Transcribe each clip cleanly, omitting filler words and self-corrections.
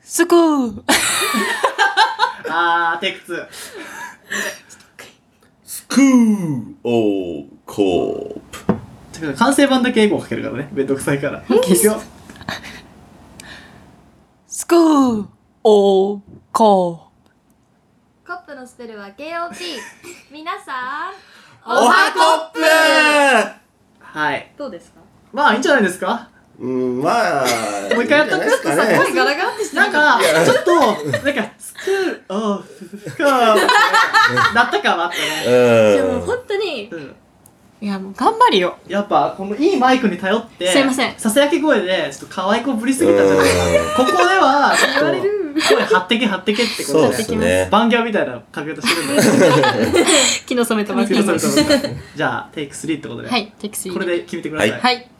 スクーテイク2。 スクーオーコープ。 完成版だけ英語をかけるからね。めんどくさいから。いくよ。 スクーオーコーコップのスペルは KOP。皆さん、 おはコップはい。 どうですか？ まあいいんじゃないですか。 まあもう一回やっとくいいんじゃないですかね。 声ガラガラってしてなんかちょっとなんかスクールオフかなったかはあったね。 でも本当にうんいやもう頑張るよ。 やっぱこのいいマイクに頼ってすいませんささやき声でちょっと可愛い子ぶりすぎたじゃないですか。ここではちょっと言われる声張ってけ張ってけってことそうでですね。 バンギャーみたいなかけ方してるんで昨日染めてます気をつけてじゃあテイク3ってことで、 はいテクシーこれで決めてください。 はい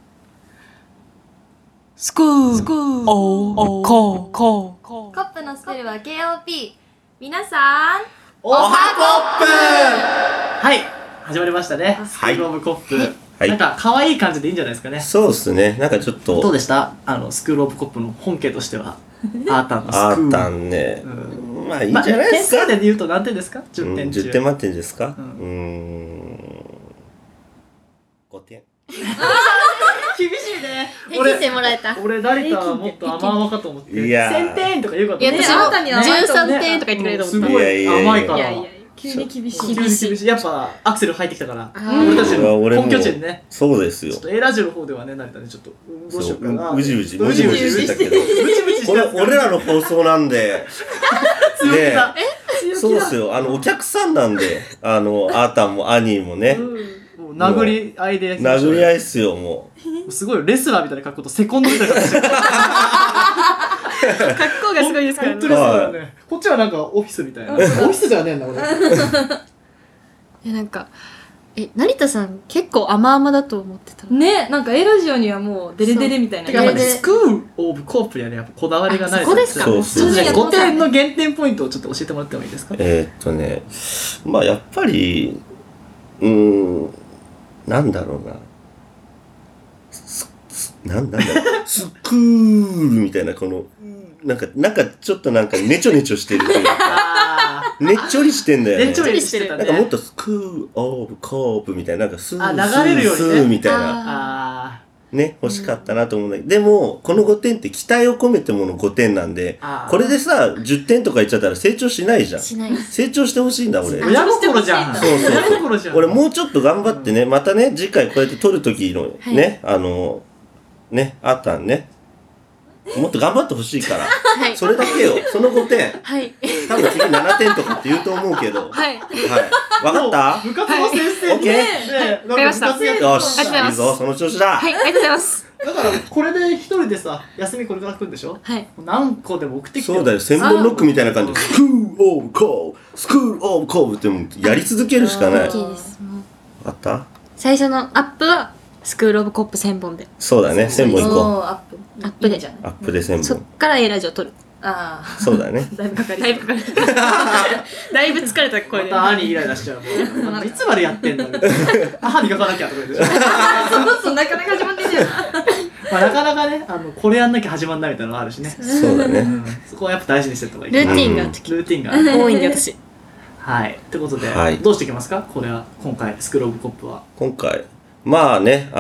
スクーオーコーコーコップのスペルは KOP。皆さん、 おはコップはい始まりましたね。スクールオブコップ、 はいなんか可愛い感じでいいんじゃないですかね。 そうですね。なんかちょっとどうでしたスクールオブコップの本家としてはアータンのスクールあったんね。 うまあいいんじゃないですか。 点数で言うと何点ですか？10点中。 10点満点ですか。 うん 5点。 厳しいね。 平均点もらえた。 俺成田はもっと甘々かと思っていや 1000点とか言うかと思って。 いや私もあなたには 13点とか言ってくれると思った。 すごい甘いから。 いやいや、急に厳しい。 急に厳しい。やっぱアクセル入ってきたからー俺たちの俺も本拠地にね。 そうですよちょっ。と A ラジオの方ではね成田ねちょっとどうしようかな。 うじうじうじうじしてたけど。 うじうじしてこれたんですか俺らの放送なんで。 強気だ。 そうですよ。お客さんなんで、アータンもアニーもね、 もう殴り合いで殴り合いっすよ、もう。 すごいレスラーみたいな格好とセコンドみたいな格好してる。 格好がすごいですからね本当にそうだよね。こっちはなんかオフィスみたいな。オフィスじゃねえんだ俺。 なんか、成田さん結構甘々だと思ってた。 ね、なんか A ラジオにはもうデレデレみたいな。 やっぱねでスクールオブコープにはねやっぱこだわりがないそこですか？ そうそうそう 5点の減点ポイントをちょっと教えてもらってもいいですか？ まあやっぱり、なんだろうな。なんだろう。スクールみたいな、この、なんかちょっとなんかネチョネチョしてるというか、ねっちょりしてんだよね。 ねっちょりしてたね。 なんかもっとスクールオブコープみたいな、なんかスー流れるようにねスーみたいな。 あね、欲しかったなと思うんだけど、でも、この5点って期待を込めてもの5点なんで、これでさ、10点とか言っちゃったら成長しないじゃん。 しない。 成長してほしいんだ、俺。 親心じゃん。 そうそう親心じゃん。 俺もうちょっと頑張ってね、またね、次回こうやって撮るときのね、ね、あったんね、もっと頑張ってほしいから、 はい。 それだけよ、その5点。 はい。 多分次7点とかって言うと思うけど、 はい。 はい。わかった部活の先生オッケーねなんか部活やってよし、 ありがとうございますいいぞ、その調子だ。 はい、ありがとうございます。 だからこれで一人でさ休みこれから来るんでしょ？ はい。 何個でも送ってきてそうだよ、千本ノックみたいな感じで、スクールオブコーブ、スクールオブコーブってもうやり続けるしかない。 大きいです。もうあった最初のアップはスクールオブコップ1000本で。 そうだね、1000本いこう。 おーアップ。 アップでいいじゃん。 アップで1000 そっ本。 から A ラジオ撮る。 あそうだね。 あ、だいぶかかりだいぶかかる。だいぶ疲れた声で。 また兄イライラしちゃうもういつまでやってんだみたいな歯磨かなきゃとか言ってそうなかなか始まってんじゃん。 まあなかなかねこれやんなきゃ始まんないみたいなのがあるしね。 そうだね。 そこはやっぱ大事にしてった方がいい。 ルーティンがルーティンが多いんで私。 はいってことで、 はいどうしていきますか？これは今回スクールオブコップは今回、まあね、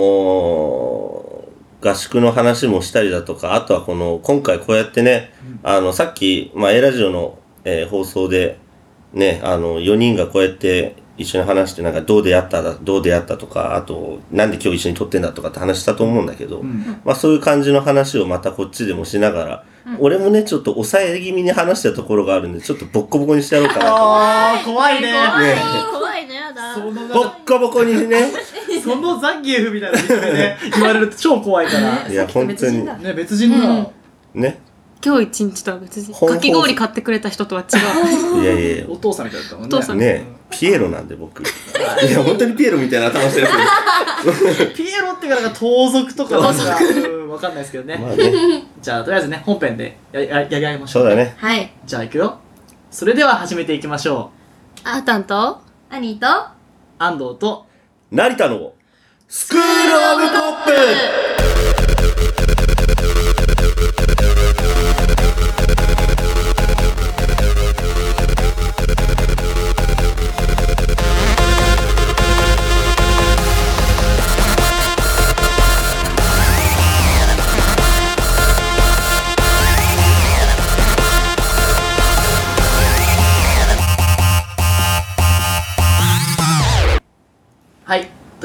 合宿の話もしたりだとか、あとは今回こうやってね、さっき、まあ、A ラジオの、放送で、ね、4人がこうやって一緒に話して、なんかどう出会ったとか、あと、なんで今日一緒に撮ってんだとかって話したと思うんだけど、まあそういう感じの話をまたこっちでもしながら、俺もね、ちょっと抑え気味に話したところがあるんで、ちょっとボッコボコにしてやろうかなと。 あー怖いね怖いね、やだ。 そのボッコボコにね。 そのザギエフみたいな見た目で言われると超怖いからいや、本当に。 ね別人だね。 今日一日とは別に。 ほんかき氷買ってくれた人とは違う。 いやいやお父さんみたいだったもんね。 お父さんねピエロなんで僕。いや、本当にピエロみたいな頭してるピエロっていうかなんか盗賊とかなんかわかんないですけどね。 まあね。 じゃあとりあえずね本編でやり合いましょ。 そううだね。 はい。 じゃあ行くよ。それでは始めていきましょう。 あーたんと兄と安藤と成田のスクールオブコップ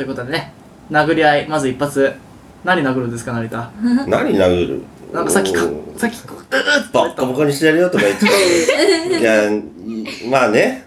ということでね、殴り合い、まず一発。何殴るんですか、成田。 何殴る？ なんかさっき、うーっボッコボコにしてやるよとか言ってたいや、まあね、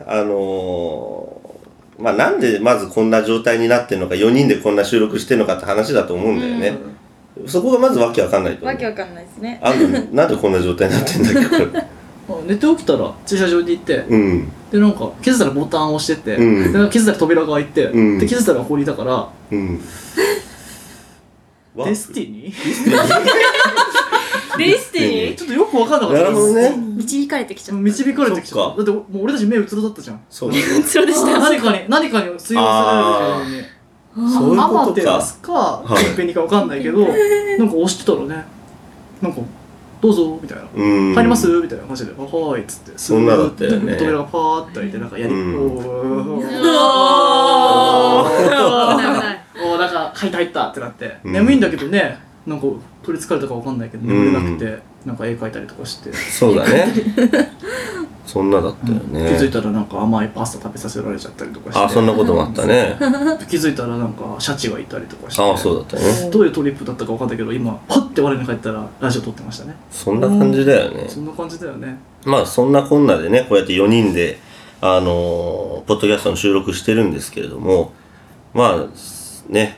まあなんでまずこんな状態になってんのか、4人でこんな収録してんのかって話だと思うんだよね。そこがまずわけわかんないと思う。 わけわかんないですね。 なんでこんな状態になってんだっけ、これ。 寝て起きたら駐車場に行って、 うん。 でなんか気づいたらボタンを押してて、 うんでなんか気づいたら扉が開いて、 うんで気づいたらここにいたからうん。 デスティニーデスティニちょっとよくわかんなかったなるほどね。 導かれてきちゃっ導かれてきちゃそっかった。だってもう俺たち目うつろだったじゃん。 そう。 たそうでした何かに吸い寄せられるみたいなのに。 そういうアマことか。 テラスかペンペニかわかんないけど、なんか押してたらね、なんかどうぞみたいな。 うん。 入りますみたいな感じで、はーいっつって、 そんなだったよね扉がパーって開いて、なんかやり、 うんおーなんか入ったってなって、 うん眠いんだけどね、なんか取りつかれたかわかんないけど、眠れなくて、なんか絵描いたりとかして、 そうだね。そんなだったよ気づいね。 たらなんか甘いパスタ食べさせられちゃったりとかして、 あ、そんなこともあったね。 気づいたらなんかシャチがいたりとかして、 あ、そうだったね。 どういうトリップだったかわかんないけど、今パッて我に返ったらラジオ撮ってましたね。 そんな感じだよね。 そんな感じだよね。 まあそんなこんなでね、こうやって4人で、ポッドキャストの収録してるんですけれども、まあ、ね、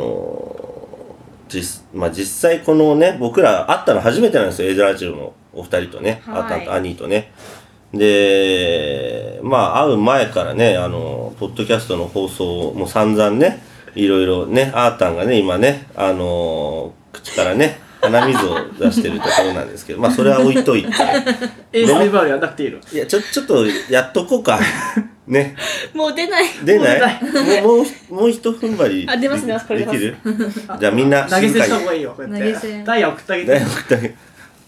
実際このね、僕ら会ったの初めてなんですよ、エイジラジオのお二人とね、 はいあと兄とね。で、まあ会う前からね、ポッドキャストの放送も散々ね、いろいろね、あーたんがね、今ね、口からね、鼻水を出してるところなんですけど、まあそれは置いといて、 ASMR やんなくていいの。 いや、ちょっとやっとこうか。ね。 もう出ない出ないもう一踏ん張り。 あ出ますねこれ出ますできるじゃあみんな投げ銭した方にがいいよ、こうやって。 投げ銭ダイヤ送ってあげて。 だよだよ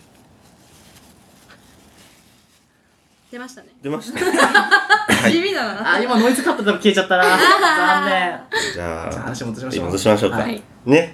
出ましたね出ました。 地味だな。 あ、今ノイズカットでも消えちゃったな。残念。 じゃあ、 話戻しましょう。 戻しましょうか。 はいね、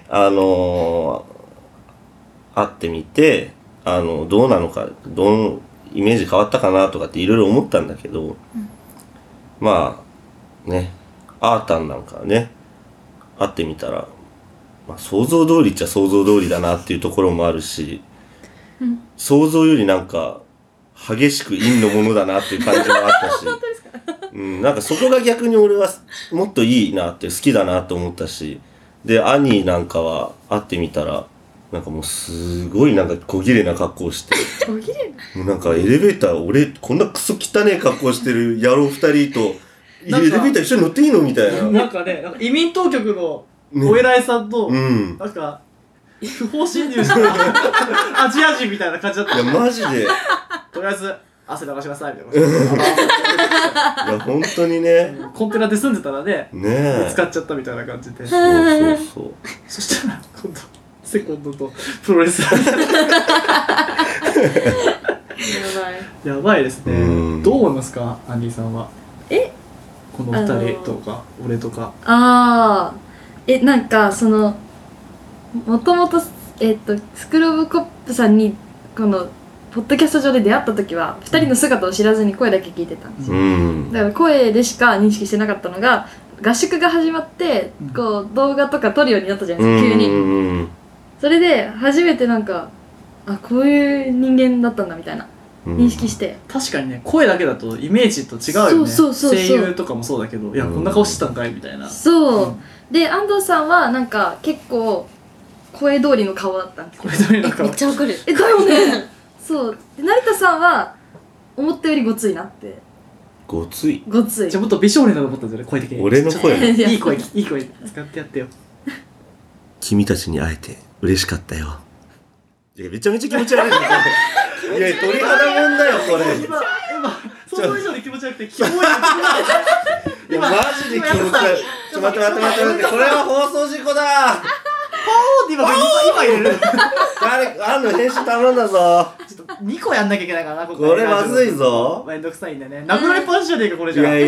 会ってみて、どうなのか、イメージ変わったかなとかっていろいろ思ったんだけど、まあ、ね、あーたんなんかね、会ってみたら、まあ想像通りっちゃ想像通りだなっていうところもあるし、想像よりなんか、激しく陰のものだなっていう感じもあったし、なんかそこが逆に俺はもっといいなって好きだなと思ったし、で兄なんかは会ってみたらなんかもうすごいなんか小綺麗な格好して小綺麗な。 もうなんかエレベーター俺こんなクソ汚ねえ格好してる野郎2人とエレなんかベーター一緒に乗っていいのみたいな。 なんかね、なんか移民当局のお偉いさんと、 うんなんか、不法侵入したアジア人みたいな感じだった。 いやマジでいとりあえず、汗流しなさいみたいな。 や本当にねコンテナで住んでたらね、 ねえ使っちゃったみたいな感じで。 そうそうそうそしたら、今度、セコンドとプロレスラー。やばいですねうん。 どう思いますか、アンディさんは。 えこの二人とか、俺とか。 ああ。なんか、もともと、スクローブコップさんに、この、ポッドキャスト上で出会った時は、二人の姿を知らずに声だけ聞いてたんですよ。 うんだから声でしか認識してなかったのが、合宿が始まって、こう、動画とか撮るようになったじゃないですか、急に。 にそれで、初めてなんか、あ、こういう人間だったんだみたいな、認識して。 確かにね、声だけだとイメージと違うよね。 そうそうそうそう声優とかもそうだけど、いや、こんな顔してたんかいみたいな。 そう。 うんで、安藤さんは、なんか、結構、声通りの顔だったんですこれどれの顔めっちゃわかるだよねそう。で、成田さんは、思ったよりごついなって。 ごついごつい。 じゃあもっと美少年だと思ったんだよね、声的に。 俺の声ちょっといい声、いい声使ってやってよ。 君たちに会えて嬉しかったよ。いやめちゃめちゃ気持ち悪いねこれ。いや鳥肌もんだよこれ。 今、想像以上に気持ち悪くて、キモいの。 いやマジで気持ち悪い。待ってこれは放送事故だ。 今入れる。 誰あんの編集頼んだぞ。 ちょっと2個やんなきゃいけないからな、ここれまずいぞ。 めんどくさいんでね。殴られっぱなしじゃねえか、これじゃ。 いや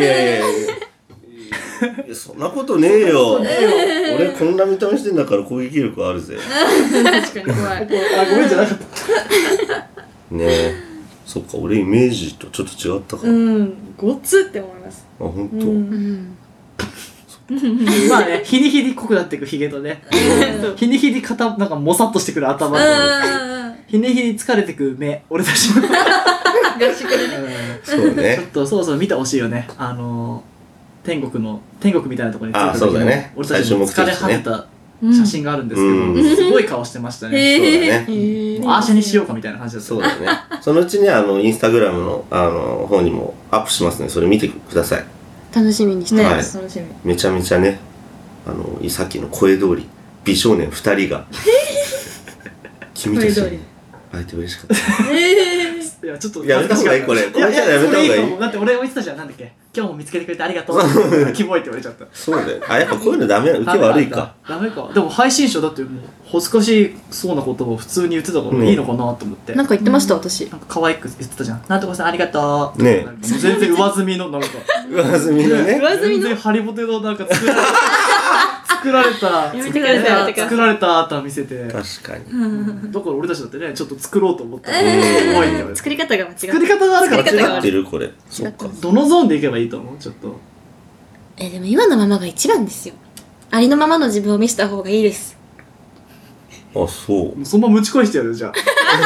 そんなことねえよ。俺こんな見た目してんだから攻撃力あるぜ。 確かに怖い。 あ、ごめんじゃなかった。 ねえ。そっか俺イメージとちょっと違ったか。あうん。ごつって思います。 本当。 うん。 そっまあね、日に日に濃くなっていくヒゲとね、日に日になんかもさっとしてくる頭と、日に日に疲れてく目、俺たちの合宿でね。 そうちょっね。 とそろそろ見てほしいよね。天国みたいなところに着いたあそう時の、 だね俺たちの疲れ果てた写真があるんですけうんど、すごい顔してましたね。 そうだね。 もうアーシャにしようかみたいな感じだった。 そうだね。そのうちにインスタグラムの方にもアップしますね。それ見てください。 楽しみにしてね、 はい楽しみ。 めちゃめちゃね、さっきの声通り美少年2人が君たちに会えて嬉しかった。 いや、ちょっとやめた方がいいこれ。これじゃやめた方がいいそれと思う。だって俺も言ってたじゃん。なんだっけ、今日も見つけてくれてありがとう。キモいって言われちゃった。 そうだよ。やっぱこういうのダメな、受け悪いか。 ダメか。でも配信者だってもう恥ずかしそうなことを普通に言ってたからいいのかなと思って。 なんか言ってました、私。 なんか可愛く言ってたじゃん。なんとかさんありがとう。 ねえなんか全然上積みのなんか。 上積みのね。 全然ハリボテのなんか作られたやめてくださいやめてください作られた後は見せて。 確かに。 だから俺たちだってね、ちょっと作ろうと思ったらうん怖いんだよね。 作り方が間違って作り方があるから作り方が合ってるこれ。そっか。 どのゾーンでいけばいいと思う？ちょっと。 でも今のままが一番ですよ。ありのままの自分を見せた方がいいです。 あ、そう。 もうそのままむちこいしてやるじゃん。ね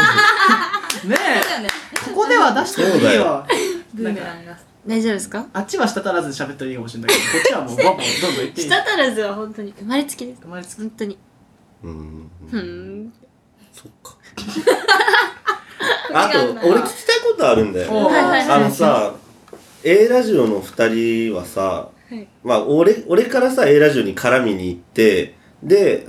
え、ここでは出してもいいよ。 ブーメランが。 大丈夫ですか？ あっちは滴らず喋ったらいいかもしれないけど、こっちはもうバンバンどんどん言っていい。 舌足らずは本当に生まれつきです。 生まれつき本当に。 そっか。あと、俺聞きたいことあるんだよ。 はいはいはいさ、A ラジオの2人はさ、 はいまあ俺からさ A ラジオに絡みに行ってで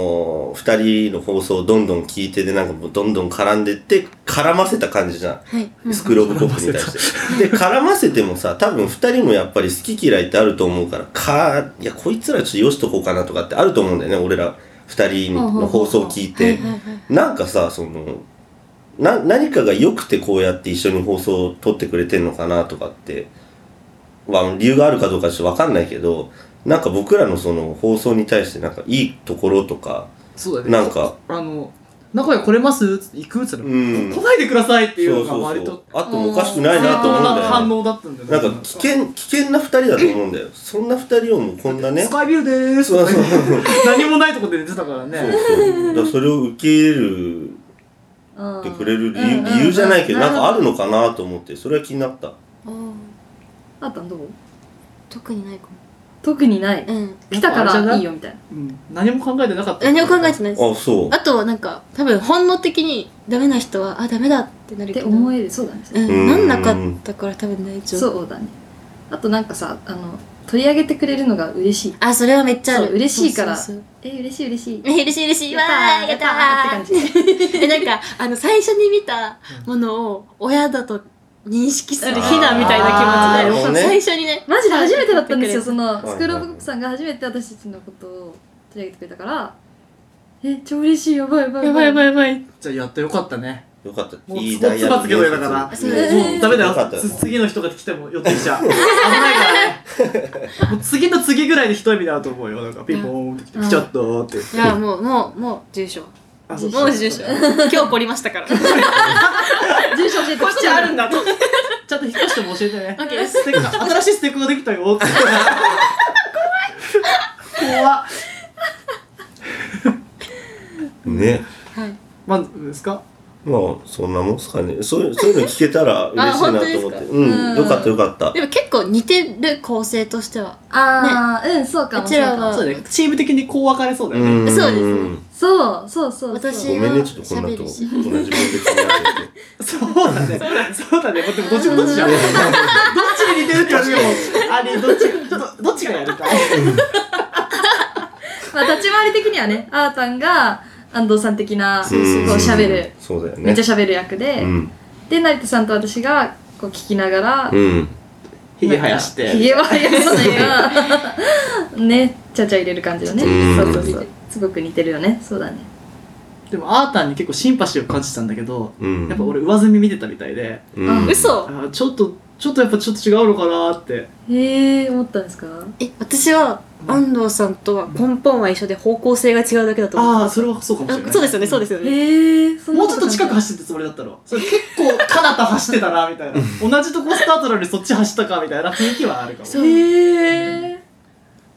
2人の放送をどんどん聞いてでなんかもうどんどん絡んでって絡ませた感じじゃん、 はい。 スクールオブコップに対してで絡ませてもさ多分2人もやっぱり好き嫌いってあると思うからいやこいつらちょっとよしとこうかなとかってあると思うんだよね俺ら2人の放送を聞いてなんかさ何かが良くてこうやって一緒に放送を撮ってくれてんのかなとかって理由があるかどうかちょっと分かんないけどなんか僕らのその放送に対してなんかいいところとかそうだね。 なんか名古屋来れます行くっつったら、 うん来ないでくださいっていうのがそう割とあってもおかしくないなと思うんだよね反応だったんだよね。 なんか危険な2人だと思うんだよそんな2人をもうこんなねスカイビルでーす。 そうそう何もないとこで寝てたからね。 だからそれを受け入れるってくれる理由じゃないけどなんかあるのかなと思ってそれは気になったあったんどう？ 特にないかも。 特にない。 うん。 来たからいいよみたいな。 何も考えてなかった。 何も考えてないです。 あそうあとはなんか多分本能的にダメな人はダメだってなるってけど。 思える。そうだね。 なんなかったから多分大丈夫。 そうだね。あとなんかさ取り上げてくれるのが嬉しい。 それはめっちゃある。 そう嬉しいからそうそう嬉しい嬉しい。 嬉しい嬉しいわーやったーって感じ。 なんか最初に見たものを親だと認識する非難みたいな気持ちで、 あー最初にねマジで初めてだったんですよ。そのいはいスクールオブコップさんが初めて私たちのことを取り上げてくれたから超嬉しい。やばいやばいやばいやばいやばい。 じゃあやってよかったね。 よかったもういいつばつばつけといたから。もそううダメだよよかった。 次の人が来ても寄ってきちゃう。危ないからね。もう次の次ぐらいで一人になると思うよ。なんかピンポーンって来て、来ちゃったーって。 いやもう住所。 あそうもう住所。今日凝りましたから。 住所教えてこういうことあるんだと。ちゃんと引っ越しても教えてね。ステッカー新しいステッカーができたよって。怖っ。 ねはい。 まずですか？ まあそんなもんすかねそういうの聞けたら嬉しいなと思って本当ですかよかったよかったでも結構似てる構成としては。 そうかも。 うちらはそうだね。チーム的にこう分かれそうだよね。 そうですねそう私ごめんねちょっとこんなと同じ分別になっててそうだね。そうだね。でもどっちもどっちじゃん。どっちに似てるって言われても、どっちがやるか。 まあ立ち回り的にはねあーたんが安藤さん的なこう喋るそうだよねめっちゃ喋る役でで成田さんと私がこう聞きながらひげ生やして。 ひげは生やさないがねちゃちゃ入れる感じのねそうすごく似てるよね。そうだね。 でもアータンに結構シンパシーを感じたんだけど、 うんやっぱ俺上積み見てたみたいで、 嘘。 ちょっとやっぱちょっと違うのかなって。 思ったんですか？ 私は安藤さんとは根本は一緒で方向性が違うだけだと思う。 それはそうかもしれない。 そうですよねそうですよね。 もうちょっと近く走ってたつもりだったの。それ結構かなた走ってたなみたいな。同じとこスタートなのにそっち走ったかみたいな雰囲気はあるかも。 そう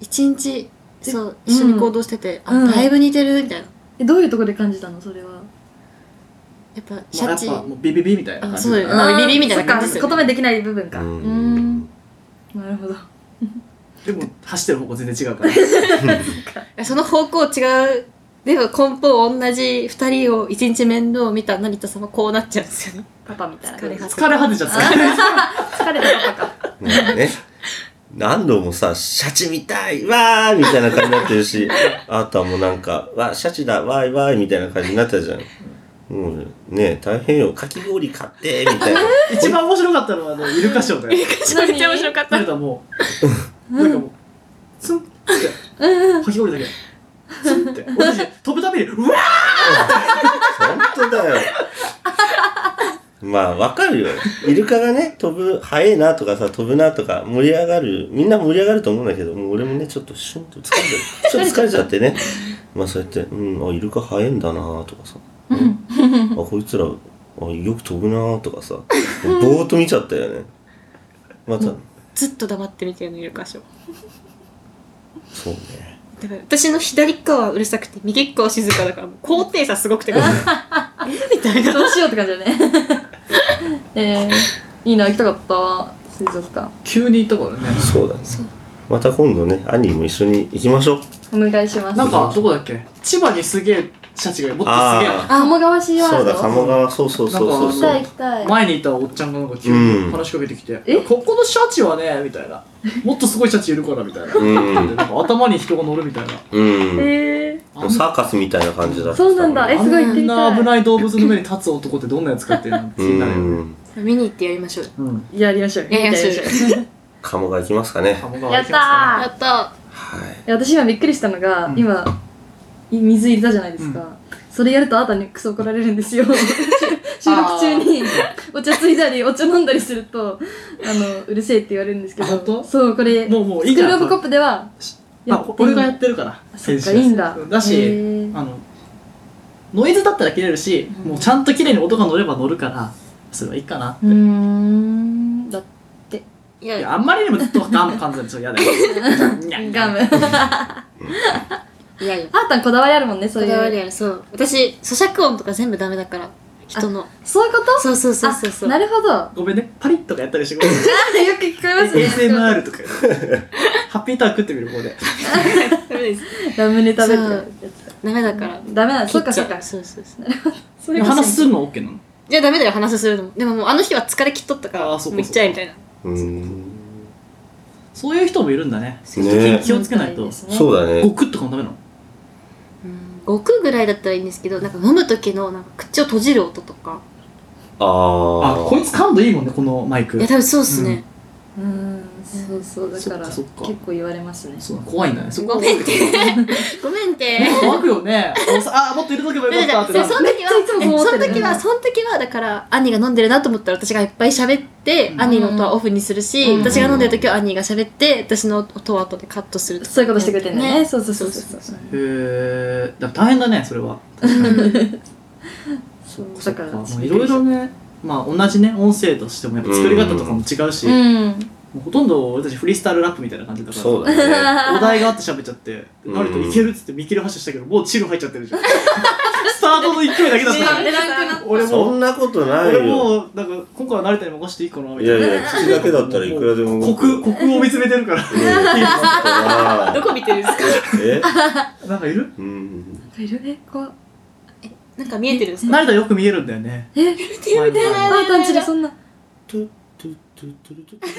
一日そう一緒に行動してて、 うんだいぶ似てるみたいな。 どういうところで感じたのそれは。 やっぱシまあ、やャチ、 っぱもうビビビみたいな感じそうよまあビビみたいな感じですよねそっか言葉にできない部分か。 うんなるほど。 でも走ってる方向全然違うからその方向違うでも根本同じ2人を一日面倒を見た成田さんはこうなっちゃうんですよね。 パパみたいな。 疲れ果て疲れ果てちゃった疲れたパパか。 ね何度もさ、シャチ見たいわーみたいな感じになってるし、あとはもうなんか、わ、シャチだ、わーいわーいみたいな感じになったじゃん。もうね、大変よ、かき氷買ってみたいな。 一番面白かったのはイルカショーだよめっちゃ面白かった。 なんかもうなんかもうツンってかき氷だけツンって俺たち飛ぶたびにうわ本当だよ。まあわかるよ。イルカがね、速いなとかさ、飛ぶなとか盛り上がる、みんな盛り上がると思うんだけど、もう俺もね、ちょっとシュンと疲れちゃう。ちょっと疲れちゃってね。まあそうやって、あ、イルカ速いんだなとかさ。あ、こいつら、よく飛ぶなとかさ。ぼーっと見ちゃったよね。また、 ずっと黙って見てるのイルカショー。 そうね。 だから私の左側はうるさくて右側は静かだからもう高低差すごくてみたいな。 どうしようって感じだね。いいな、行きたかった。水族館。 急に行ったからねそうだね。また今度ね、兄も一緒に行きましょう。 お願いします。 なんかどこだっけ千葉にすげえシャチがもっとすげえあ鴨川シーワールド。 そうだ、鴨川、そうそうそうそう行きたい行きたい。 前にいたおっちゃんがなんか急に話しかけてきて「ここのシャチはね」みたいな「もっとすごいシャチいるから」みたいな、 うんでなんか頭に人が乗るみたいなうん。もうサーカスみたいな感じだった。 そうなんだ。すごい行ってあんみたい。 な危ない動物の上に立つ男ってどんなやつかっていうのが気になるよね見に行ってやりましょう。 うんやりましょう。 やりましょう。 鴨川行きますかね。 鴨川やった行きまー。 やったはい私今びっくりしたのが、 うん今水入れたじゃないですか、それやるとあなたにクソ怒られるんですよ収録中にお茶ついだりお茶飲んだりするとうるせえって言われるんですけどあ本当そうこれもういいスクんじゃないールオブコップではやあっていい俺がやってるからそっかいいんだだしへーノイズだったら切れるし、もうちゃんと綺麗に音が乗れば乗るからそれはいいかなって、 だっていやいやあんまりにもずっとガム噛んでると嫌だよガムいやいやあーたんこだわりあるもんねそういうこだわりある。そう私咀嚼音とか全部ダメだから人のそういうことそうそうそうそうそうあなるほどごめんねパリッとかやったりしてごめんよく聞こえますね ASMR とかハッピーターン食ってみる方でダメですラムネ食べてるそうやダメだからつダメなのそっかそっか切っちゃうそうそうそうそれこそ話するの OK なのいやダメだよ話するのもでももうあの日は疲れ切っとったからもあーそうかう行っちゃえみたいなそういう人もいるんだねね気をつけないとそうだね。 ゴクッとかもダメなの 5区ぐらいだったらいいんですけどなんか飲む時のなんか口を閉じる音とかああ。 こいつ感度いいもんねこのマイクいや多分そうっすね、 そうそうだからそっか結構言われますねそう怖いんだねそこごめんってごめんって怖くよねもっと入れとけばよかったってなるその時めっちゃいつもそう思ってるその時はだから兄が飲んでるなと思ったら私がいっぱい喋って、兄の音はオフにするし、私が飲んでる時は兄が喋って私の音は後でカットするとかそういうことしてくれてんだよねそうそうそうそうそうへえだから大変だねそれはそうだからもういろいろねまあ同じね音声としてもやっぱ作り方とかも違うし、もうほとんど俺たちフリースタイルラップみたいな感じだからそうだね。 お題があって喋っちゃって「 うんなるといける」っつって見切り発車したけどもうチル入っちゃってるじゃんスタートの勢いだけだったね俺もそんなことない俺よ。 もうなんか今回は成田に任せていいかなみたいないやいや、口だけだったらいくらでも動く。 コクを見つめてるからあどこ見てるんですかえなんかいるいるね怖っなんか見えてるんですか成田よく見えるんだよねえ前にあーたんちでそんなトゥトゥトゥトゥルトゥ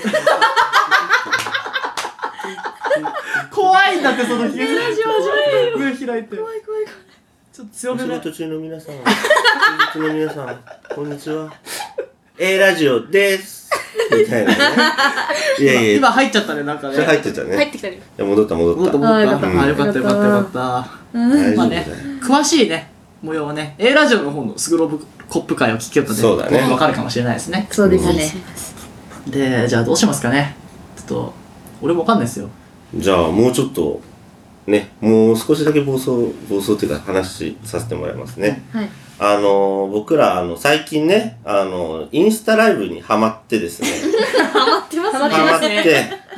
怖いんだってそのヒゲ上開いて怖い怖いちょっと強お仕めで事中の皆さん、休日の皆さん、こんにちは。A ラジオですみたいなね。いやいや、 今入っちゃったねなんかねそれ入ってたね。 入ってきたねいや戻った戻った。 戻ったあーよかったあよかったよかったよかった大丈夫だよまあね。詳しいね模様はね A ラジオの方のスグローブコップ会を聞きよったそうだね分かるかもしれないですねそうですねでじゃあどうしますかねちょっと俺もわかんないですよじゃあもうちょっとね、もう少しだけ暴走っていうか話させてもらいますね。 はい僕ら最近ねインスタライブにハマってですね。 ハマってますハマってハ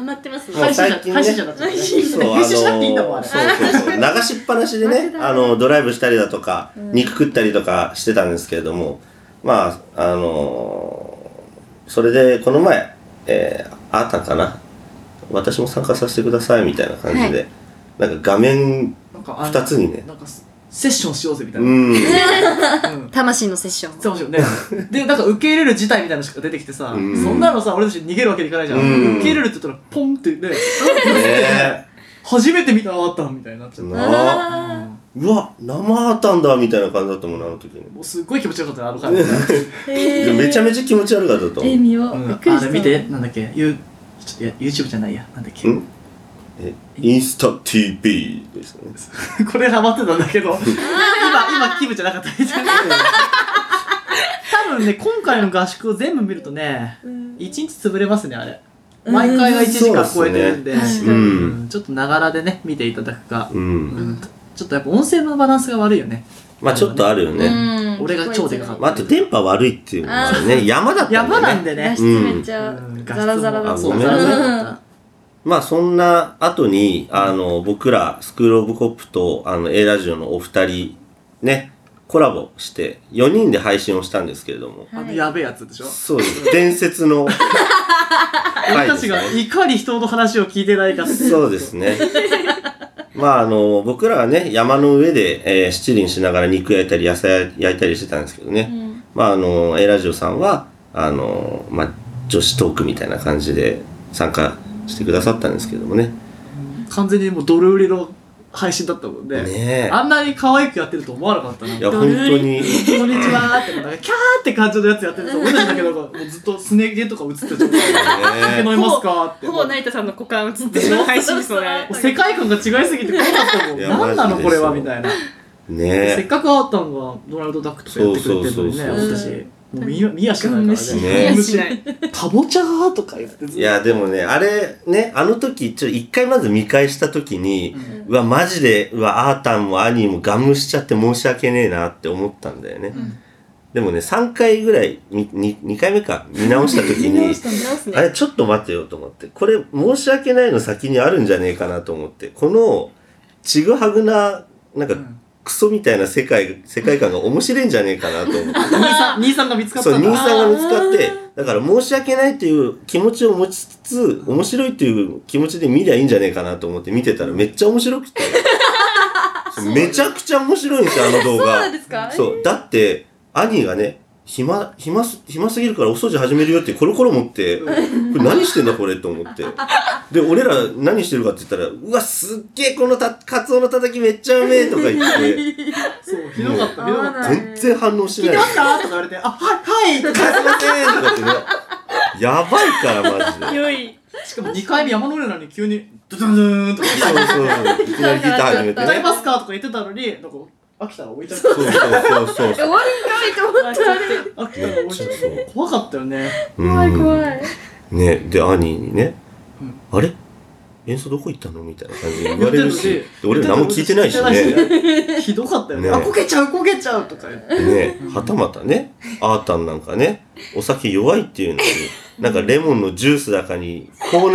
マってます。 もう最近ね配信者だったね。 そう編集しなくていいんだもんあれ。 そう流しっぱなしでねドライブしたりだとか、肉食ったりとかしてたんですけれども、まあそれでこの前あったかな、私も参加させてくださいみたいな感じで、なんか画面2つにね、 なんかセッションしようぜみたいな。 魂のセッション。 そうですよね。で、なんか受け入れる事態みたいなのが出てきてさ、そんなのさ、俺たち逃げるわけにいかないじゃん。受け入れるって言ったら、ポンってね、初めて見たあったみたいになっちゃった。 うわ生あったんだみたいな感じだったもんな、あの時に。 もうすっごい気持ちよかったね、あの回。 めちゃめちゃ気持ち悪かったと思う。 見よう。びっくりした。 あれ見て、なんだっけ、YouTube じゃないや、なんだっけ。 インスタ TV ですね。 これハマってたんだけど、今気分じゃなかったみたいな。多分ね、今回の合宿を全部見るとね、1日潰れますね、あれ。毎回が1時間超えてるんで、ちょっとながらでね、見ていただくか。ちょっとやっぱ音声のバランスが悪いよね。 まあちょっとあるよね。 俺が超でかかった。 あと電波悪いっていうのがね、山だったんだよね。 山なんでね。 画質めっちゃザラザラだった。 ごめんなさい。まあそんな後に僕らスクールオブコップとA ラジオのお二人ねコラボして4人で配信をしたんですけれども、 やべえやつでしょ。 そうです伝説の俺たちがいかに人の話を聞いてないかって。 そうですね。まあ僕らはね山の上で、七輪しながら肉焼いたり野菜焼いたりしてたんですけどね、まあA ラジオさんはまあ女子トークみたいな感じで参加してくださったんですけどもね、 完全にもうドル売りの配信だったもんね。 ねえ、 あんなに可愛くやってると思わなかったな。 いや本当にこんにちはーってなんかキャーって感じのやつやってると俺たちだけどもうずっとすね毛とか映ってる状態で酒飲みますかって。 ほぼ成田さんの股間映ってる配信それ。 世界観が違いすぎて怖かったもん。何なのこれはみたいな。 ねせっかくあったんがドナルドダックとかやってくれてるのにね、私もう見やしかないからね。かぼちゃーとか言っていやでもねあれねあの時ちょっと一回まず見返した時に、うわマジであーたんもアニーもガムしちゃって申し訳ねえなって思ったんだよね、でもね3回ぐらい2回目か見直した時にあれちょっと待てよと思って、これ申し訳ないの先にあるんじゃねえかなと思って、このちぐはぐななんか、クソみたいな世界観が面白いんじゃねえかなと思って兄さんが見つかったんだ。 そう兄さんが見つかって、だから申し訳ないっていう気持ちを持ちつつ面白いっていう気持ちで見りゃいいんじゃねえかなと思って見てたらめっちゃ面白くてめちゃくちゃ面白いんですよあの動画。 そうなんですか。 そうだって兄がね暇すぎるからお掃除始めるよってコロコロ持ってこれ何してんだこれと思って、で俺ら何してるかって言ったらうわすっげえこのカツオのたたきめっちゃうめえとか言ってそうひどかった全然反応しない。 聞いてますかとか言われてはいとかすいませんとかってねやばいからマジで。 よい。 しかも2回目山の上なのに急にドゥドゥンドゥーンとかそういきなりギター始めて歌いね。 ますかとか言ってたのになんか飽きたら置いちゃった。 そう終わりんかいと思ったあれ。 飽きたら置いちゃった。怖かったよね。 怖い怖い。 ねで兄にね、あれ演奏どこ行ったのみたいな感じで言われるし、で俺ら何も聞いてないしね。 ひどかったよね。 ねこけちゃうとか言って。 ねはたまたねあーたんなんかねお酒弱いっていうのになんかレモンのジュースだかに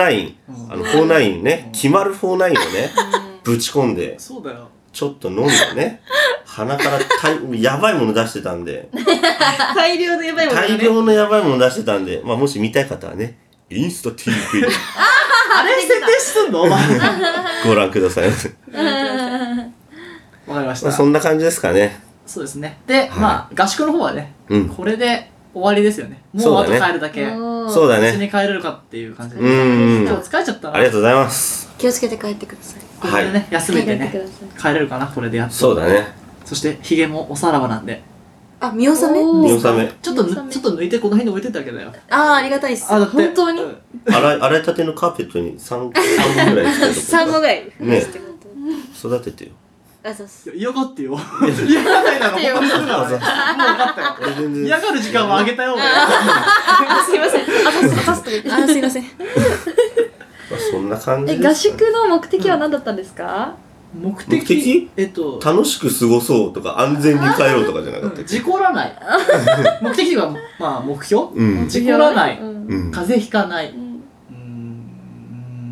4949ね決まる49をねぶち込んでそうだよ。 ちょっと飲んでね鼻からやばいもの出してたんで大量のやばいものがね。 大量のやばいもの出してたんで、まあもし見たい方はねインスタ TV あれ設定すんのお前。 ご覧ください。 わかりました。 そんな感じですかね。 そうですね。で、まあ合宿の方はね、これで終わりですよね。もうあと帰るだけ。 そうだね。 一緒に帰れるかっていう感じで。今日疲れちゃったな。 ありがとうございます。 気をつけて帰ってください。 これでね、休めてね、帰れるかな、これでやっと。 そうだね。 そして、ヒゲもおさらばなんで。 あ、見納め見納め。 ちょっと抜いて、この辺に置いてっただけだよ。 ああ、ありがたいっす。 あ、だって。 本当に洗いたてのカーペットに3本ぐらいつけとく。 3本ぐらい。 ね。育ててよ。 あ、そうっす。 嫌がってよ。嫌がらないなら、本当にするからね。もう分かったよ。嫌がる時間はあげたよ。 すいません。あたすとか。あ、すいません。 そんな感じです。 合宿の目的は何だったんですか？ 目的楽しく過ごそうとか安全に帰ろうとかじゃなかったっけ？ 事故らない。目的は、まあ目標？事故らない。風邪ひかない。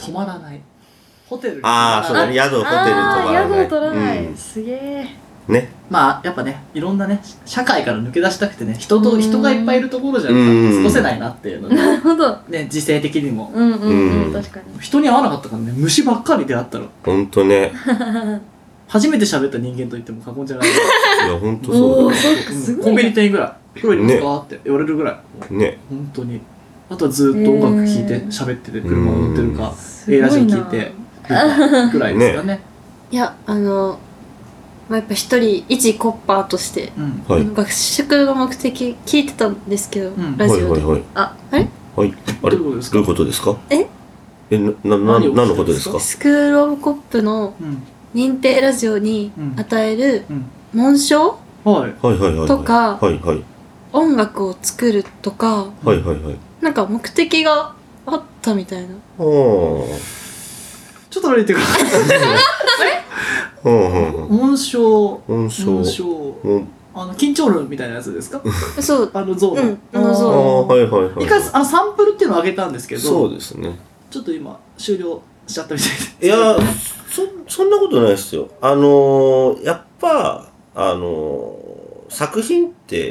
泊まらない。ホテルに泊ああ、そうだね。宿、ホテル泊まらない。 宿を取らない、 うんすげえ。 ね。 まあやっぱね、いろんなね社会から抜け出したくてね、人がいっぱいいるところじゃ過ごせないなっていうのなね、 るほど。 時勢的にもうんうんうん、 うん確かに。 人に会わなかったからね、虫ばっかり出会ったの。 ほんとね。 初めて喋った人間と言っても過言じゃない。 いや、ほんとそうだそっか、すごい。 コンビニ店員ぐらい黒いですかって言われるぐらい、 ね。 本当に。あとはずっと音楽聴いて喋ってて、車乗ってるか、 すごいなラジオ聴いてるかぐらいですよね。 いやまあ、やっぱ一コッパーとして、 うんはい。 学食の目的聞いてたんですけど、 んラジオで、 はいはいはい。 あ、 あれはい。あれどういうことですかどういうことですかえ何を何のことですかスクールオブコップのうん認定ラジオに与えるうん紋章はい。 はいはいはい。 とかはいはい。 音楽を作るとかはいはいはい。 なんか目的があったみたいな。 ほちょっと何言ってください。 う。ほうほうほう。 紋章。 紋章。 紋章。 うん緊張論みたいなやつですか？ そう、 像の。 うんああ、 像はいはいはい。 一回サンプルっていうのをあげたんですけど、 そうですね。 ちょっと今終了しちゃったみたいで。 いや、そんなことないですよ。やっぱ、作品って、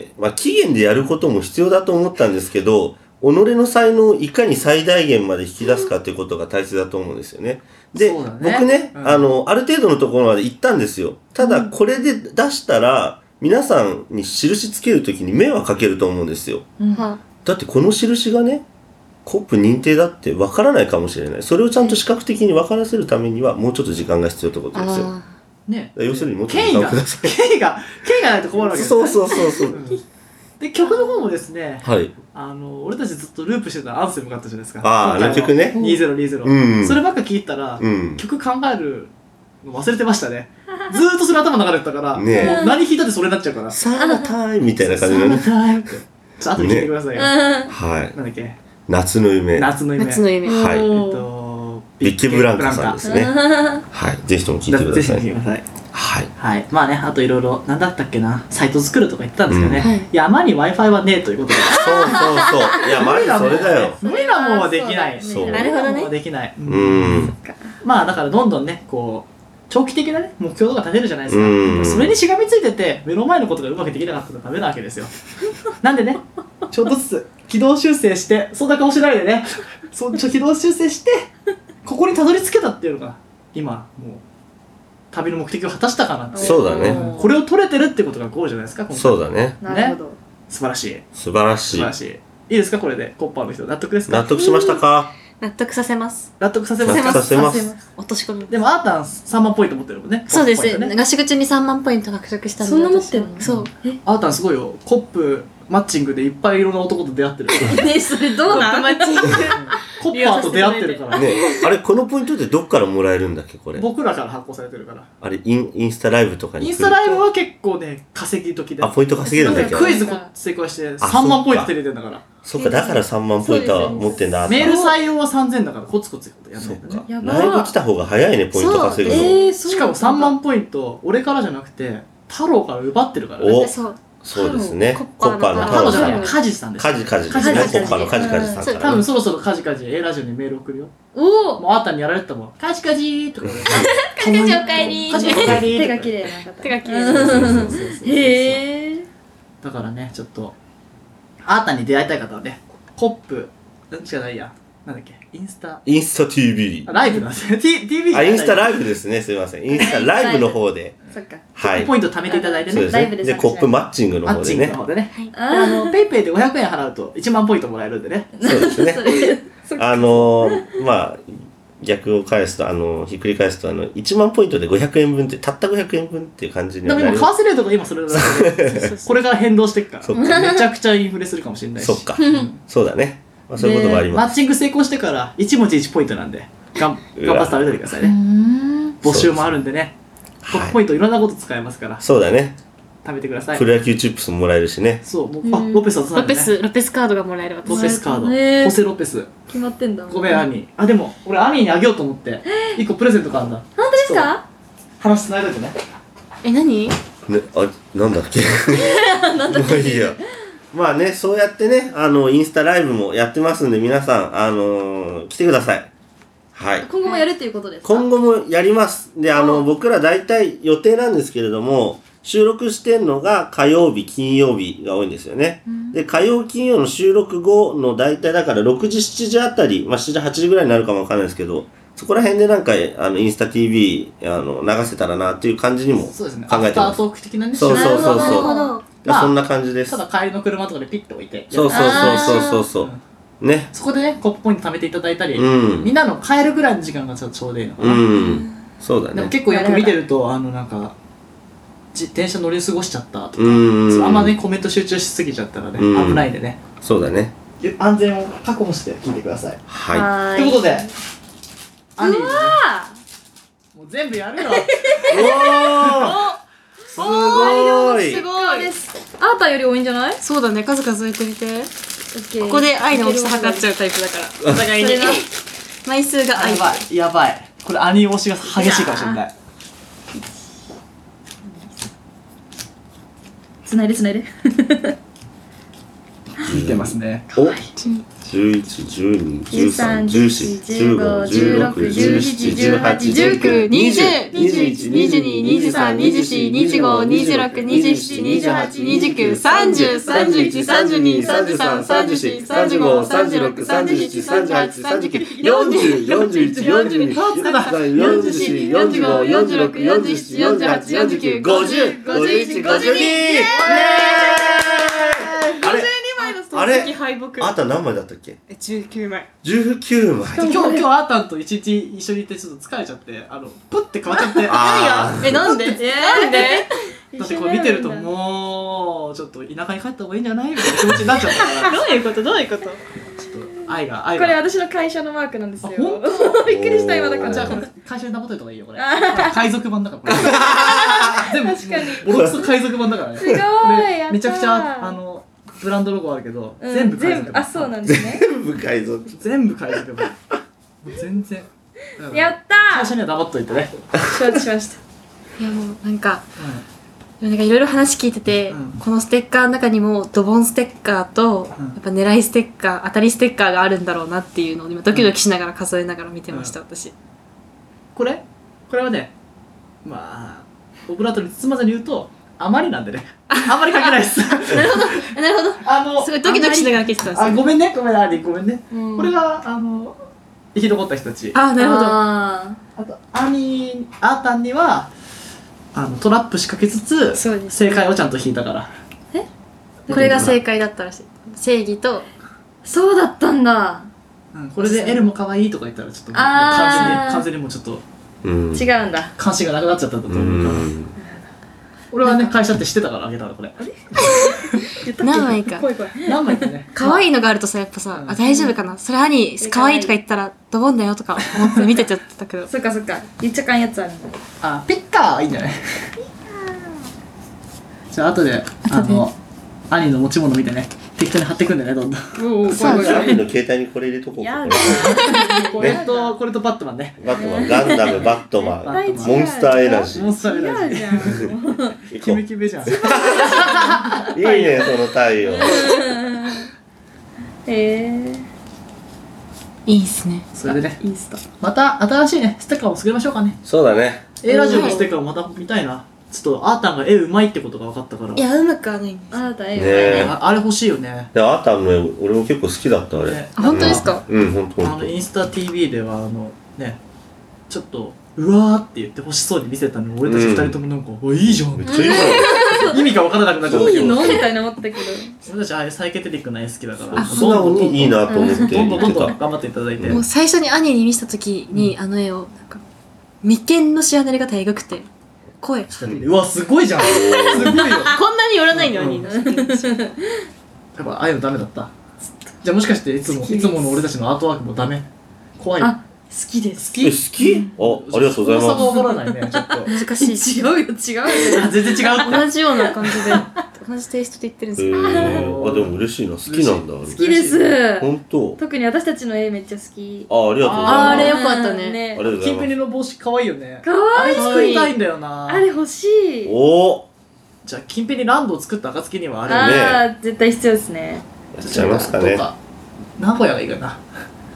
まあ、期限でやることも必要だと思ったんですけど、己の才能をいかに最大限まで引き出すかっていうことが大切だと思うんですよね。で、 そうだね僕ね、 うんある程度のところまで行ったんですよ。ただ、これで出したら、皆さんに印つけるときに迷惑かけると思うんですよ。 はだってこの印がね、コップ認定だって分からないかもしれない。それをちゃんと視覚的に分からせるためには、もうちょっと時間が必要ってことですよ。 あね。 要するにもっと時権威が間をください。 権威がないと困るわけですね。 そうそうそうそう。 うんで曲の方もですね、 はい。 俺たちずっとループしてたアンセムがあったじゃないですか。 ああ、あの曲ね。 2020、 うんそればっか聞いたら、 うん。 曲考えるの忘れてましたね。ずーっとそれ頭流れてたから、 ねえもう何弾いたってそれになっちゃうから。 サータイムみたいな感じのね。 サマータイムってちょっと後で聞いてくださいよ。 はい。 なんだっけ、 夏の夢。 ー夏の夢。 夏の夢。 はい。 ビビッケブランカさんですね。はい。ぜひとも聞いてくだぜひさい。 聞いてください。 はい。 はい。まあね、あといろいろ、なんだったっけな、サイト作るとか言ってたんですけどね。 うんはい山に Wi-Fi はねえということで。 そうそうそう。いや、マジそれだよ。 無理なもんはできない。 そうなるほどね無理なもんはできない。 うん。 まあだからどんどんね、こう、長期的なね、目標とか立てるじゃないですか。 うんそれにしがみついてて、目の前のことがうまくできなかったらダメなわけですよ。なんでね、ちょっとずつ軌道修正して、そんな顔しないでね、軌道修正して、ここにたどり着けたっていうのが、今、もう、旅の目的を果たしたかなって。 そうだね。 これを取れてるってことがゴールじゃないですか、今回。 そうだね。 なるほど。 素晴らしい。 素晴らしい素晴ら。しい。いいですか、これで。コッパーの人、納得ですか？ 納得しましたか？ 納得させます。 納得させます納得させます。 落とし込み。 でも、あーたん3万ポイント持ってるもんね。 そうですコップポイントね。 合宿中に3万ポイント獲得したんで。 そんな持ってるの私はそう。 あーたんすごいよ。コップマッチングでいっぱいいろんな男と出会ってる。 ね、それどうなん？ コッパーと出会ってるから。 ねあれ、このポイントってどっからもらえるんだっけ、これ。 僕らから発行されてるから。 あれ、インスタライブとかに来ると。 インスタライブは結構ね、稼ぎ時で。 あ、ポイント稼げるんだっけ。 クイズ成功して3万ポイント手に入れてんだから。 そっか、だから3万ポイントは持ってんだ。 メール採用は3000だからコツコツやんそっかないとね。。 やばライブ来た方が早いね、ポイント稼ぐの。 そうしかも3万ポイント、俺からじゃなくて、太郎から奪ってるからね。 おそう。 そうですね。 コッパーの太郎じゃないわ、 太郎カジさんです。 カジですね。コッパのカジカジさんそうからね。 多分そろそろカジカジ A ラジオにメール送るよ。 おお。 もうあーたんにやられてたもん。カジカジーとか言われて。 カジカジおかえりカジカジおかえり。 手が綺麗な方。 手が綺麗そうそうそうそうそうへえ。 だからね、ちょっと、あーたんに出会いたい方はね、コップ、じゃないや、なんだっけ、インスタ、 インスタ TV あ。ライブなんですね。TV じゃあ、 ない。 インスタライブですね。すいません。インスタライブの方で。 そっか。 はい。 ポイント貯めていただいてね。 そうですね。で、 ライブでコップマッチングのマッチング方でね。 の方でね。 あペイペイで500円払うと1万ポイントもらえるんでね。 そうですね。 それ。 まあ、逆を返すと、ひっくり返すと、1万ポイントで500円分って、たった500円分っていう感じにでも今、 はなります。 為替レートが今それだけで、これから変動していくから、 そっめちゃくちゃインフレするかもしれないし。 そっか。そうだね。まあ、そういうこともあります。 マッチング成功してから1文字1ポイントなんで、頑張って食べててくださいね。募集もあるんでね。トップポイントいろんなこと使えますから、 そうだね。 食べてください。 プロ野球チップスももらえるしね。 そう、もうロペスはロペスカードがもらえる私。 ロペスカード。 へーホセロペス。 決まってんだもん。 ごめん、アニー。あ、でも、俺アニーにあげようと思って、1個プレゼントがあるんだ。 本当ですか？ 話つないだとね。 何？ ね、なんだっけまあいいや。まあね、そうやってね、インスタライブもやってますんで、皆さん、来てください。 はい。 今後もやるっていうことですか？ 今後もやります。で、僕ら大体予定なんですけれども、収録してんのが火曜日、金曜日が多いんですよね。で、火曜、金曜の収録後の大体だから6時、7時あたり、まあ7時、8時ぐらいになるかもわかんないですけど、そこら辺でなんか、インスタ TV、流せたらなっていう感じにも考そうですね。 えてます。 アフタートーク的なね。 そうそうそうなるほそう。 ど。 まあそんな感じです。 ただ帰りの車とかでピッて置いて。 そうそうそうそうそう。ね。 そこでね、コップポイント貯めていただいたり、 うんみんなの帰るぐらいの時間がちょうどいいのかうな。 ん。そうだね。 でも結構よく見てると、なんか、電車乗り過ごしちゃったとか、 うんあんまね、コメント集中しすぎちゃったらね、 うん危ないんでね、 そうだね。 安全を確保して聞いてください。 ははということで、兄にね、 あもう全部やるよ。 い。おーすごい。 すごいです。あーたより多いんじゃない？ そうだね、数数えてみて。 オッケーここで愛の大きさ測っちゃうタイプだから。お互いにそれな。 枚数が愛。 やばい、やばい。これ兄推しが激しいかもしれない。 つないでつないで。 見てますね。 お11、12、13、14、15、16、17、18、19、20、21、22、23、24、25、26、27、28、29、30、31、32、33、34、35、36、37、38、39、40、41、42、43、44、45、46、47、48、49、50、51、52！あれ敗北。 あなた何枚だったっけ 19枚。 19枚。 今日あーたんと一日一緒にいてちょっと疲れちゃってプッて変わっちゃってあーなんでなんでだってこれ見てるともうちょっと田舎に帰った方がいいんじゃないみたいな気持ちになっちゃったからどういうことどういうことちょっと愛がこれ私の会社のマークなんですよ。 あ本びっくりした今だから。 じゃあこれ会社に名持っといた方がいいよこれ海賊版だからこれ全部確かにボロクソ海賊版だからねすごいこれやったーめちゃくちゃブランドロゴあるけど、全部海賊版あ、そうなんですね。 全部海賊。 全部海賊版もう全然やった会社には黙っといてねー。承知しました。 いやもうなんかいろいろ話聞いてて、 うんこのステッカーの中にもドボンステッカーと、 うんやっぱ狙いステッカー当たりステッカーがあるんだろうなっていうのを今ドキドキしながら数えながら見てました、私。 これはねまあオブラートに包まずに言うとあまりなんでねあんまり書けないですなるほどすごいドキドキしながら聞いてたんですよ。 ごめんねごめんね、 うんこれが生き残った人たちあ、なるほど。 ああとあーたんにはトラップ仕掛けつつそうです正解をちゃんと引いたからこれが正解だったらしい。正義とーそうだったんだ。 これで L も可愛いとか言ったらちょっともうあー完全にもうちょっとうん。 違うんだ。 関心がなくなっちゃったんだとう思うからん。 俺はね会社って知ってたからあげたらこれ何枚か。 怖い怖い。 何枚かね可愛いのがあるとさ、やっぱさ、 うんあ、大丈夫かなそれ兄、可愛いとか言ったらドボンだよとか思って見てちゃってたけど。 そっかそっか。言っちゃかんやつあるんだ。 ピッカーいいんじゃないじゃあ後で兄の持ち物見てね適当に貼ってくんでねどんどんおお、 そうジャミーの携帯にこれ入れとこうか。 やこれこれとバットマンねバットマン、ガンダム、バットマン、 バットマンモンスターエナジー。 モンスターエナジ違うじゃん。 ーキメキメじゃんいいね、その太陽。 いいっすね。 それでねインスタ。 また新しいねステッカーを作りましょうかねそうだね。 A ラジオのステッカーをまた見たいなちょっとあーたんが絵うまいってことが分かったからいや、うまくはないんです。 あーたねえあれ欲しいよねで、あーたんの絵、俺も結構好きだった、あれ。 ねあ、本当ですかうん、ほんとほんと。 インスタ TV ではねちょっとうわーって言って欲しそうに見せたのに俺たち二人ともなんか、いいじゃんめっちゃいいじ意味が分からなくなっちゃったけどいいのみたいな思ったけど。 俺たちああいうサイケデリックな絵好きだからゃん。素直にいいなと思ってどん言ってどんどんどんた。 頑張っていただいて、 もう最初に兄に見せた時に、あの絵を、なんか、眉間の仕上がりがえぐくて、声。こうわすごいじゃんすごいよんなに寄らないの、兄。 やっぱああいうのダメだったじゃあもしかしていつもの俺たちのアートワークもダメ怖いあ、好きです。 え、好きありがとうございその差がます。 分からないねちょっと難しいし。 違うよ、違うよ。 あ全然違うって同じような感じで、同じテイストで言ってるんですよ。 あ、でも嬉しいな。好きなんだ、あれ。 好きです。 ほんと特に私たちの絵めっちゃ好き。 ありがとうございます。 あれよかったねありがとうございますキンペニ。の帽子可愛いよねかわいい。 あれ作りたいんだよなあれ欲しい。 おじゃあキンペニランドを作った暁にはあれねああ、絶対必要ですね。 やっちゃいますかね。 どう名古屋がいいかな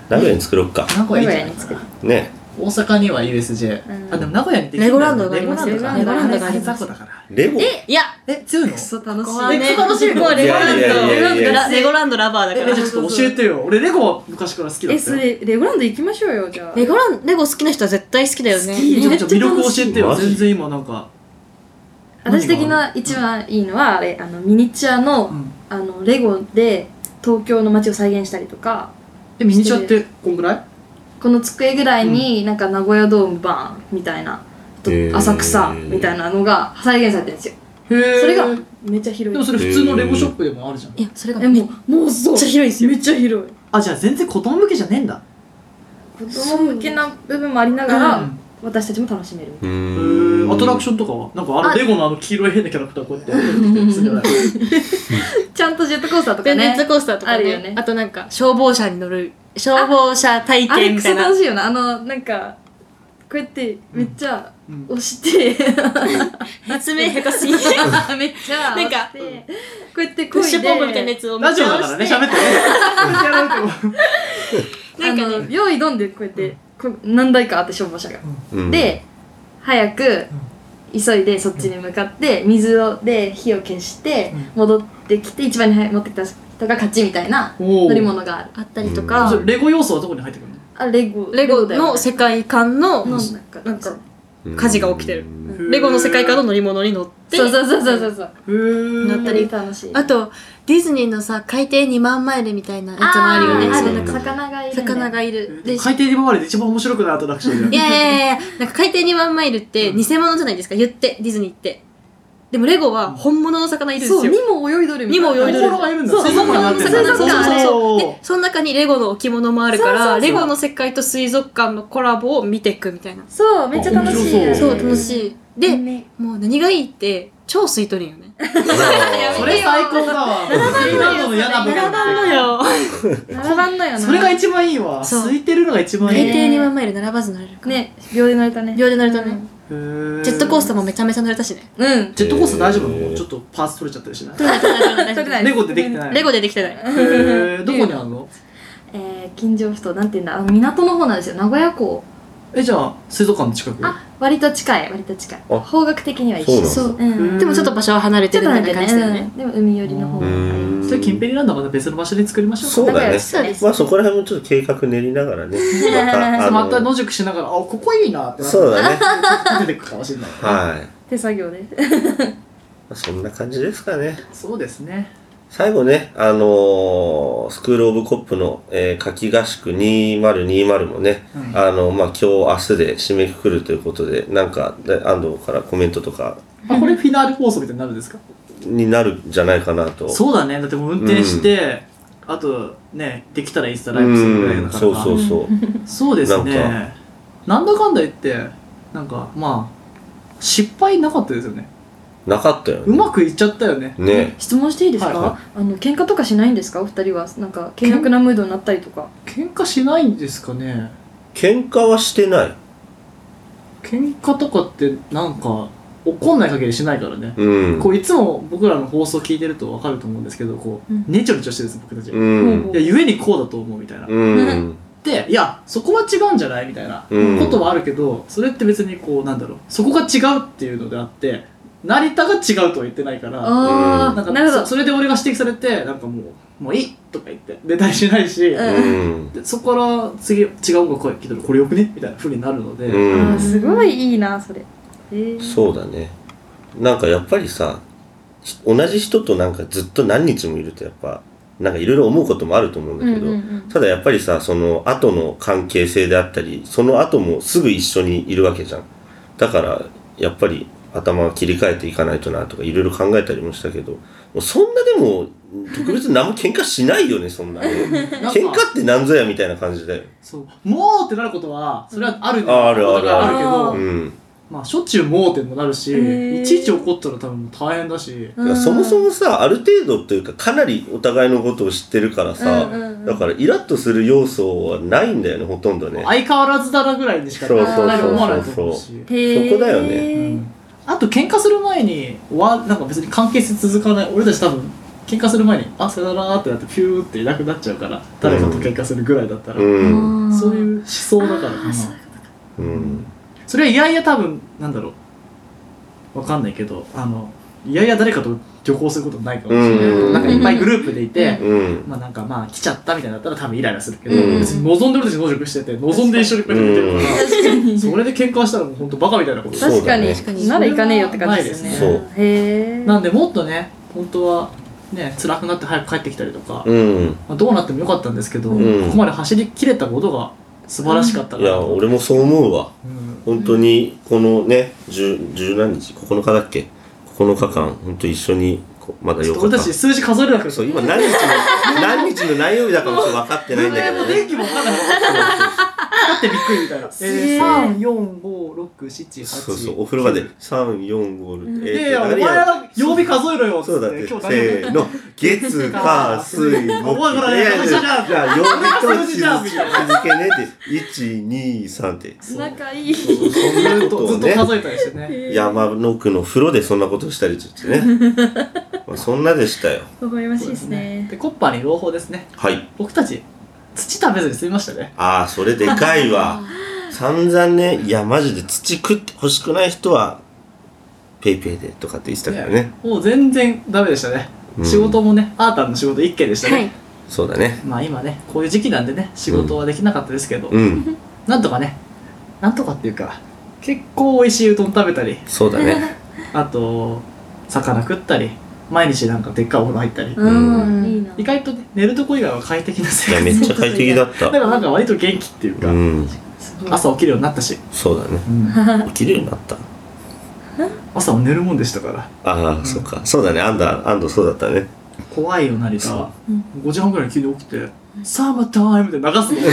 名古屋に作ろっか名古屋いいんじゃない名古屋に作るかな。 ね。 大阪には USJ、 うんあでも名古屋にできるレゴランドがありますよレゴランドレゴランドがあります雑魚だからレゴいや強いのクソ楽しいここはねクソ楽しいのここはレゴランドいやいやいやいやレゴランドラバーだからじゃあちょっと教えてよ。俺レゴ昔から好きだったよ。 それレゴランド行きましょうよじゃあレゴ好きな人は絶対好きだよね好きちょっと魅力教えてよ。 マジ全然今なんか私的な一番いいのはあれミニチュアの、レゴで東京の街を再現したりとかミニチュアってこんぐらい？ この机ぐらいになんか名古屋ドームバーンみたいな、あと浅草みたいなのが再現されてるんですよ。 へそれがめっちゃ広い。 でもそれ普通のレゴショップでもあるじゃん。 いやそれがめっもうそうちゃ広いですよめっちゃ広い。 あじゃあ全然子供向けじゃねえんだ。 子供向けな部分もありながら、 うん私たちも楽しめるみたいアトラクションとかはなんかレゴの黄色い変なキャラクターこうやってやってるするじゃない？ な。ちゃんとジェットコースターとかね。 ジェットコースターとかねあるよねあとなんか消防車に乗る消防車体あれクソ験みたいな楽しいよな。なんかこうやってめっちゃうん押して、 説明下手すぎめっちゃなんか押してこうやってプッシュポンプみたいなねやつをラジオだからね喋ってね。やられても。 なんかね用意どんでこうやって何台かあって消防車が。 うんで早く急いでそっちに向かって水で火を消して戻ってきて一番に持ってきた人が勝ちみたいな乗り物がある。 あったりとそかれレゴ要素はどこに入ってくるの？ あレゴレゴだよねの世界観ののなんか火事が起きてるうんレゴの世界観の乗り物に乗ってそうそうそうそうそうへーなったり楽しい。 あとディズニーのさ海底2万マイルみたいなやつもあるよねあるそうなんか魚がいるんだよ。 魚がいるで海底に回りで一番面白くないアトラクションいだよ。 やいやいやいやなんか海底2万マイルって偽物じゃないですか言ってディズニーってでもレゴは本物の魚いるんですよそうにも泳いどるみたいな。 にも泳いどる心がいるんだ。 そう水族館になってるんだ水族館そうそうでその中にレゴの置物もあるからそうそうそうレゴの世界と水族館のコラボを見ていくみたいなそうめっちゃ楽しい。 面白そう楽しいでねもう何がいいって超吸い取るんよねそれ最高だわ。スイーランドの嫌な部分並ばんのよ並ばんのよな。 それが一番いいわ。 そう空いてるのが一番いい。 海底2万マイル並ばず乗れるからね秒で乗れたね。 秒で乗れたねへージェットコースターもめちゃめちゃ乗れたしねうん。 ジェットコースター大丈夫なの？ちょっとパーツ取れちゃったりしない？ 取れない取れないレゴでできてない。 レゴでできてないへーどこにあるの？ 近所ふとなんていうんだ港の方なんですよ。名古屋港。 じゃあ水族館の近く？ 割と近い割と近い。 あ方角的には一緒。 そううんうんでもちょっと場所は離れてちょっとるみたいなんてね、 な感じだよねでも海寄りの方があります。 それキンペリランドまた別の場所で作りましょうか。 そうだね仲良しだねまあそこら辺もちょっと計画練りながらねままた野宿しながらここいいなってなってそうだね出てくるかもしれない。 はい手作業で。 そんな感じですかねそうですね。 最後ね、スクールオブコップの、夏季合宿2020もね、 うんまあ、今日明日で締めくくるということで、なんか、安藤からコメントとかこれフィナーレ放送みたいになるんですか？ になるんじゃないかなと。 そうだね。だってもう運転してあとねできたらインスタライブするぐらいだから。 そうそうそう。 そうですなんね。なんだかんだ言ってなんかまあ失敗なかったですよね。 なかったようね。 まくいっちゃったよね。 ね。 質問していいですか？ はいは喧嘩とかしないんですか？お二人はなんか険悪なムードになったりとか。 喧嘩しないんですかね。 喧嘩はしてない。 喧嘩とかってなんか怒んない限りしないからね。 うん。 こういつも僕らの放送聞いてると分かると思うんですけどこう、 うんねちょねちょしてるんです僕たち、 うん。 いやゆえにこうだと思うみたいな、 うん。 でいやそこは違うんじゃないみたいなうんことはあるけど、それって別にこうなんだろうそこが違うっていうのであって成田が違うとは言ってないからああ、 なんかなるほど。 それで俺が指摘されてなんかもういいとか言って出たりしないし、 うんうん。 でそこから次違う音楽聴いたらこれよくねみたいな風になるので、 うんあーすごいいいなそれ。 そうだね。なんかやっぱりさ、同じ人となんかずっと何日もいるとやっぱ、なんかいろいろ思うこともあると思うんだけど、ただやっぱりさ、その後の関係性であったり、その後もすぐ一緒にいるわけじゃん。だから、やっぱり頭を切り替えていかないとなとかいろいろ考えたりもしたけど、もうそんなでも特別に何も喧嘩しないよね、そんなね。 なんか喧嘩ってなんぞやみたいな感じだよ。 そうもうってなることはそれはあるああるあるお互いあるけど、 うん。 まあしょっちゅうもうってもなるし、 ーいちいち怒ったら多分もう大変だし、 いやそもそもさある程度というかかなりお互いのことを知ってるからさ、 うんうんうんだからイラッとする要素はないんだよねほとんどね。 相変わらずだなぐらいにしかそうそうそうそう思わないと思うし、 へーそこだよねうんあと喧嘩する前になんか別に関係性続かない俺たち多分喧嘩する前に「あさよなら」ってなってピューっていなくなっちゃうから誰かと喧嘩するぐらいだったら、 うんそういう思想だからかな。 うんそれはいやいや多分なんだろうわかんないけどいやいや誰かと旅行することないかもしれないけど、 うんなんかいっぱいグループでいて、 うんまあなんかまあ来ちゃったみたいになったら多分イライラするけど、 うん別に望んでる時に野宿してて望んで一緒にこうやって見てるから、 確かにそれで喧嘩したらもうほんとバカみたいなことそう確かにだね確かになら行かねえよって感じですよね。 そうへえ。 なんでもっとね本当はね辛くなって早く帰ってきたりとか、 うんまあ、どうなってもよかったんですけど、 うんここまで走り切れたことが素晴らしかったいやなと、 俺もそう思うわうん本当にこのね十何日9日だっけ9日間本当一緒にまだちょよかったっと俺たち数字数えれなくてそう今何日の何曜日だかもちょっと分かってないんだけどね電気も分かんなかっただってびっくりみたいな3456788 そうそうお風呂場で3456 いやいやお前は曜日数えろよっつそうだってって今日せーの月火水木お前これいやいや数字じゃんじゃあ曜日と数字じゃんみたいな日付ねって123って仲いい。 そうそうそんなずっこととをねずっと数えたりしてね山の区の風呂でそんなことしたりってねまあそんなでしたよ微笑ましいですね。 でコッパーに朗報ですねはい僕たち土食べずに済みましたねああそれでかいわ散々ねいやマジで土食って欲しくない人はペイペイでとかって言ってたからねもう全然ダメでしたね、 うん仕事もねアータンの仕事1件でしたね、 はいそうだねまあ今ねこういう時期なんでね仕事はできなかったですけど、 うんなんとかねなんとかっていうか結構美味しいうどん食べたりそうだねあと魚食ったり毎日なんかでっかいお風呂入ったり、 うん。いいな。 意外とね寝るとこ以外は快適な生いや活めっちゃ快適だっただからなんか割と元気っていうか、 うん朝起きるようになったし、 そうだね起きるようになった朝は寝るもんでしたからああそっかそうだね安藤そうだったね怖いよ成田は5時半ぐらいに急に起きて「サーマータイム」で流すの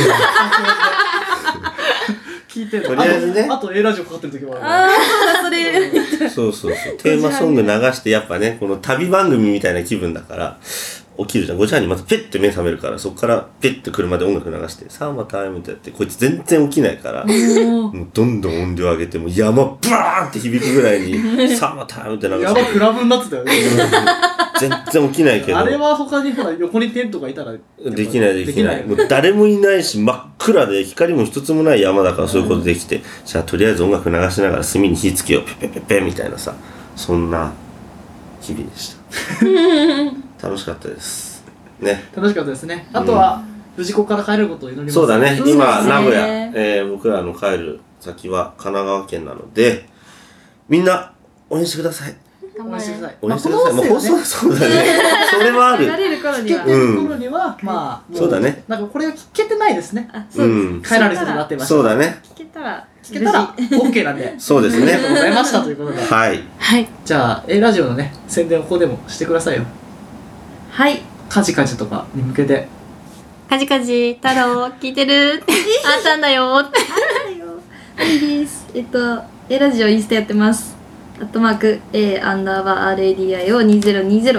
聞いてとりあえずねあと A ラジオかかってる時もあるああ、それ。 そうそうそうテーマソング流してやっぱねこの旅番組みたいな気分だから起きるじゃん5時半にまたペッて目覚めるからそこからペッて車で音楽流して「サーマータイム」ってやってこいつ全然起きないからもうどんどん音量上げてもう山ブワーンって響くぐらいに「サーマータイム」って流やばしてクラブになってたよね全然起きないけどあれは他にほら横にテントがいたらできないできないよもう誰もいないし真っ暗で光も一つもない山だからそういうことできて、じゃあとりあえず音楽流しながら炭に火つけようペペペペみたいなさそんな日々でした楽しかったですね楽しかったですねあとは無事ここから帰ることを祈りますそうだねそうですね今名古屋、僕らの帰る先は神奈川県なのでみんな応援してください応援してください応援してください、 まあこの音声をねそうだねそれはある流れる頃には。 聞けてる頃にはまあもそうだねなんかこれが聞けてないですねあ、そうです。 うん帰られることになっていましたそうだね聞けたら。 聞けたら OK なんでそうですねありがとうございましたということではいはいじゃあ A ラジオのね宣伝をここでもしてくださいよはい。 カジカジとかに向けてカジカジ太郎聞いてるあったんだよいいです。A ラジオインスタやってます。@A_RADIO2020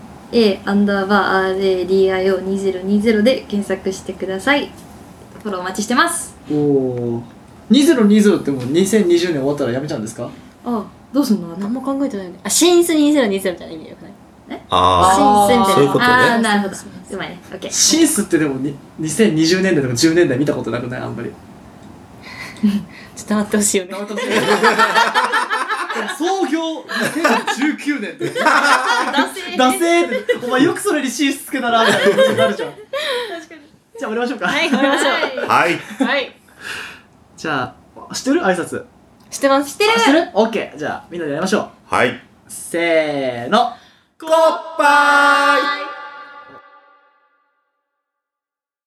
A_RADIO2020 で検索してください。フォローお待ちしてます。 おお2020ってもう2020年終わったらやめちゃうんですかあ、どうすんの？ 何も考えてないよねあ新ス2020みたいな意味でよくないあ新スみたいなそういうことねあー、なるほど。うまいね。オッケー。 シンスってでもに2020年代とか10年代見たことなくないあんまりちょっと待ってほしいよね創業2019年って男性ダセーってお前よくそれにシンスつけたなみたいな感じになるじゃん確かに。 じゃあ終わりましょうかはい終わりましょうはいはいじゃあ知ってる挨拶してますしてあ知ってる ?OK じゃあみんなでやりましょうはいせーの乾杯